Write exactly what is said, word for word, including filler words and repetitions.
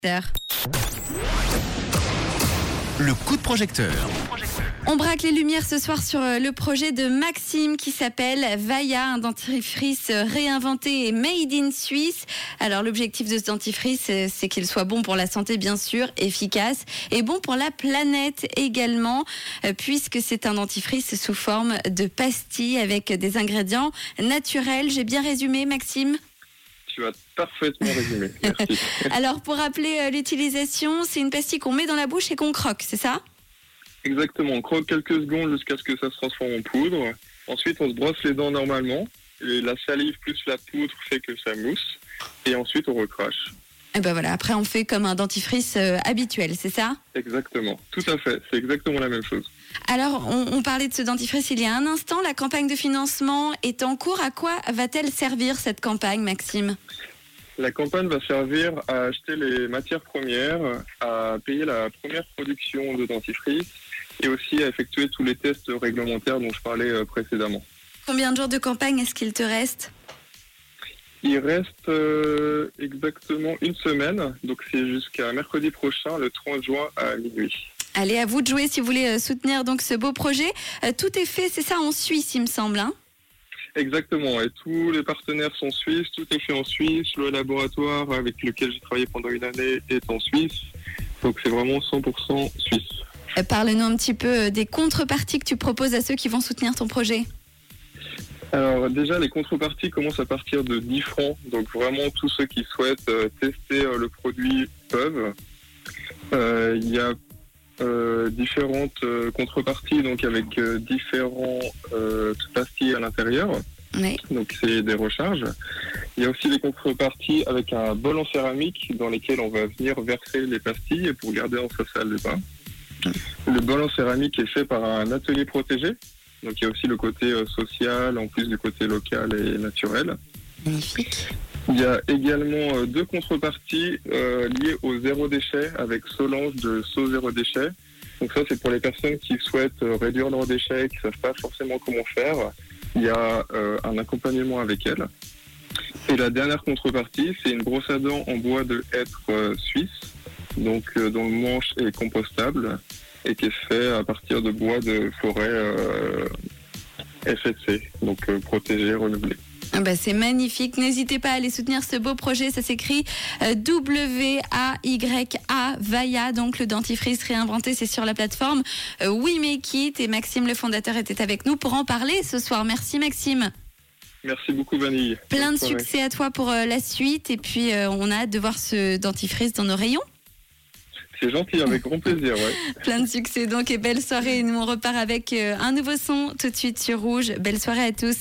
Le coup de projecteur. On braque les lumières ce soir sur le projet de Maxime qui s'appelle Vaya, un dentifrice réinventé et made in Suisse. Alors l'objectif de ce dentifrice, c'est qu'il soit bon pour la santé bien sûr, efficace et bon pour la planète également, puisque c'est un dentifrice sous forme de pastille avec des ingrédients naturels. J'ai bien résumé, Maxime ? Tu as parfaitement résumé, merci. Alors pour rappeler l'utilisation, c'est une pastille qu'on met dans la bouche et qu'on croque, c'est ça ? Exactement, on croque quelques secondes jusqu'à ce que ça se transforme en poudre. Ensuite, on se brosse les dents normalement. Et la salive plus la poudre fait que ça mousse. Et ensuite, on recrache. Et ben voilà, après on fait comme un dentifrice euh, habituel, c'est ça ? Exactement, tout à fait, c'est exactement la même chose. Alors, on, on parlait de ce dentifrice il y a un instant. La campagne de financement est en cours. À quoi va-t-elle servir cette campagne, Maxime ? La campagne va servir à acheter les matières premières, à payer la première production de dentifrice et aussi à effectuer tous les tests réglementaires dont je parlais précédemment. Combien de jours de campagne est-ce qu'il te reste ? Il reste euh, exactement une semaine, donc c'est jusqu'à mercredi prochain, le trente juin à minuit. Allez, à vous de jouer si vous voulez soutenir donc ce beau projet. Euh, tout est fait, c'est ça, en Suisse, il me semble, hein ? Exactement, et tous les partenaires sont suisses, tout est fait en Suisse, le laboratoire avec lequel j'ai travaillé pendant une année est en Suisse, donc c'est vraiment cent pour cent suisse. Euh, Parle-nous un petit peu des contreparties que tu proposes à ceux qui vont soutenir ton projet. Alors déjà, les contreparties commencent à partir de dix francs, donc vraiment tous ceux qui souhaitent euh, tester euh, le produit peuvent. Euh, il y a euh, différentes euh, contreparties, donc avec euh, différents euh, pastilles à l'intérieur, Oui. donc c'est des recharges. Il y a aussi des contreparties avec un bol en céramique dans lesquels on va venir verser les pastilles pour garder dans sa salle de bain. Le bol en céramique est fait par un atelier protégé. Donc il y a aussi le côté euh, social, en plus du côté local et naturel. Magnifique. Il y a également euh, deux contreparties euh, liées au zéro déchet avec Solange de So Zéro Déchet. Donc ça c'est pour les personnes qui souhaitent euh, réduire leurs déchets, qui ne savent pas forcément comment faire. Il y a euh, un accompagnement avec elles. Et la dernière contrepartie, c'est une brosse à dents en bois de hêtre euh, suisse, donc euh, dont le manche est compostable et qui est fait à partir de bois de forêt euh, F S C, donc euh, protégé, renouvelé. Ah bah c'est magnifique. N'hésitez pas à aller soutenir ce beau projet. Ça s'écrit euh, W A Y A, Vaya, donc le dentifrice réinventé. C'est sur la plateforme euh, We Make It. Et Maxime, le fondateur, était avec nous pour en parler ce soir. Merci Maxime. Merci beaucoup Vanille. Plein de succès à toi pour euh, la suite. Et puis euh, on a hâte de voir ce dentifrice dans nos rayons. C'est gentil, avec grand plaisir, ouais. Plein de succès donc et belle soirée. Nous on repart avec euh, un nouveau son tout de suite sur Rouge. Belle soirée à tous.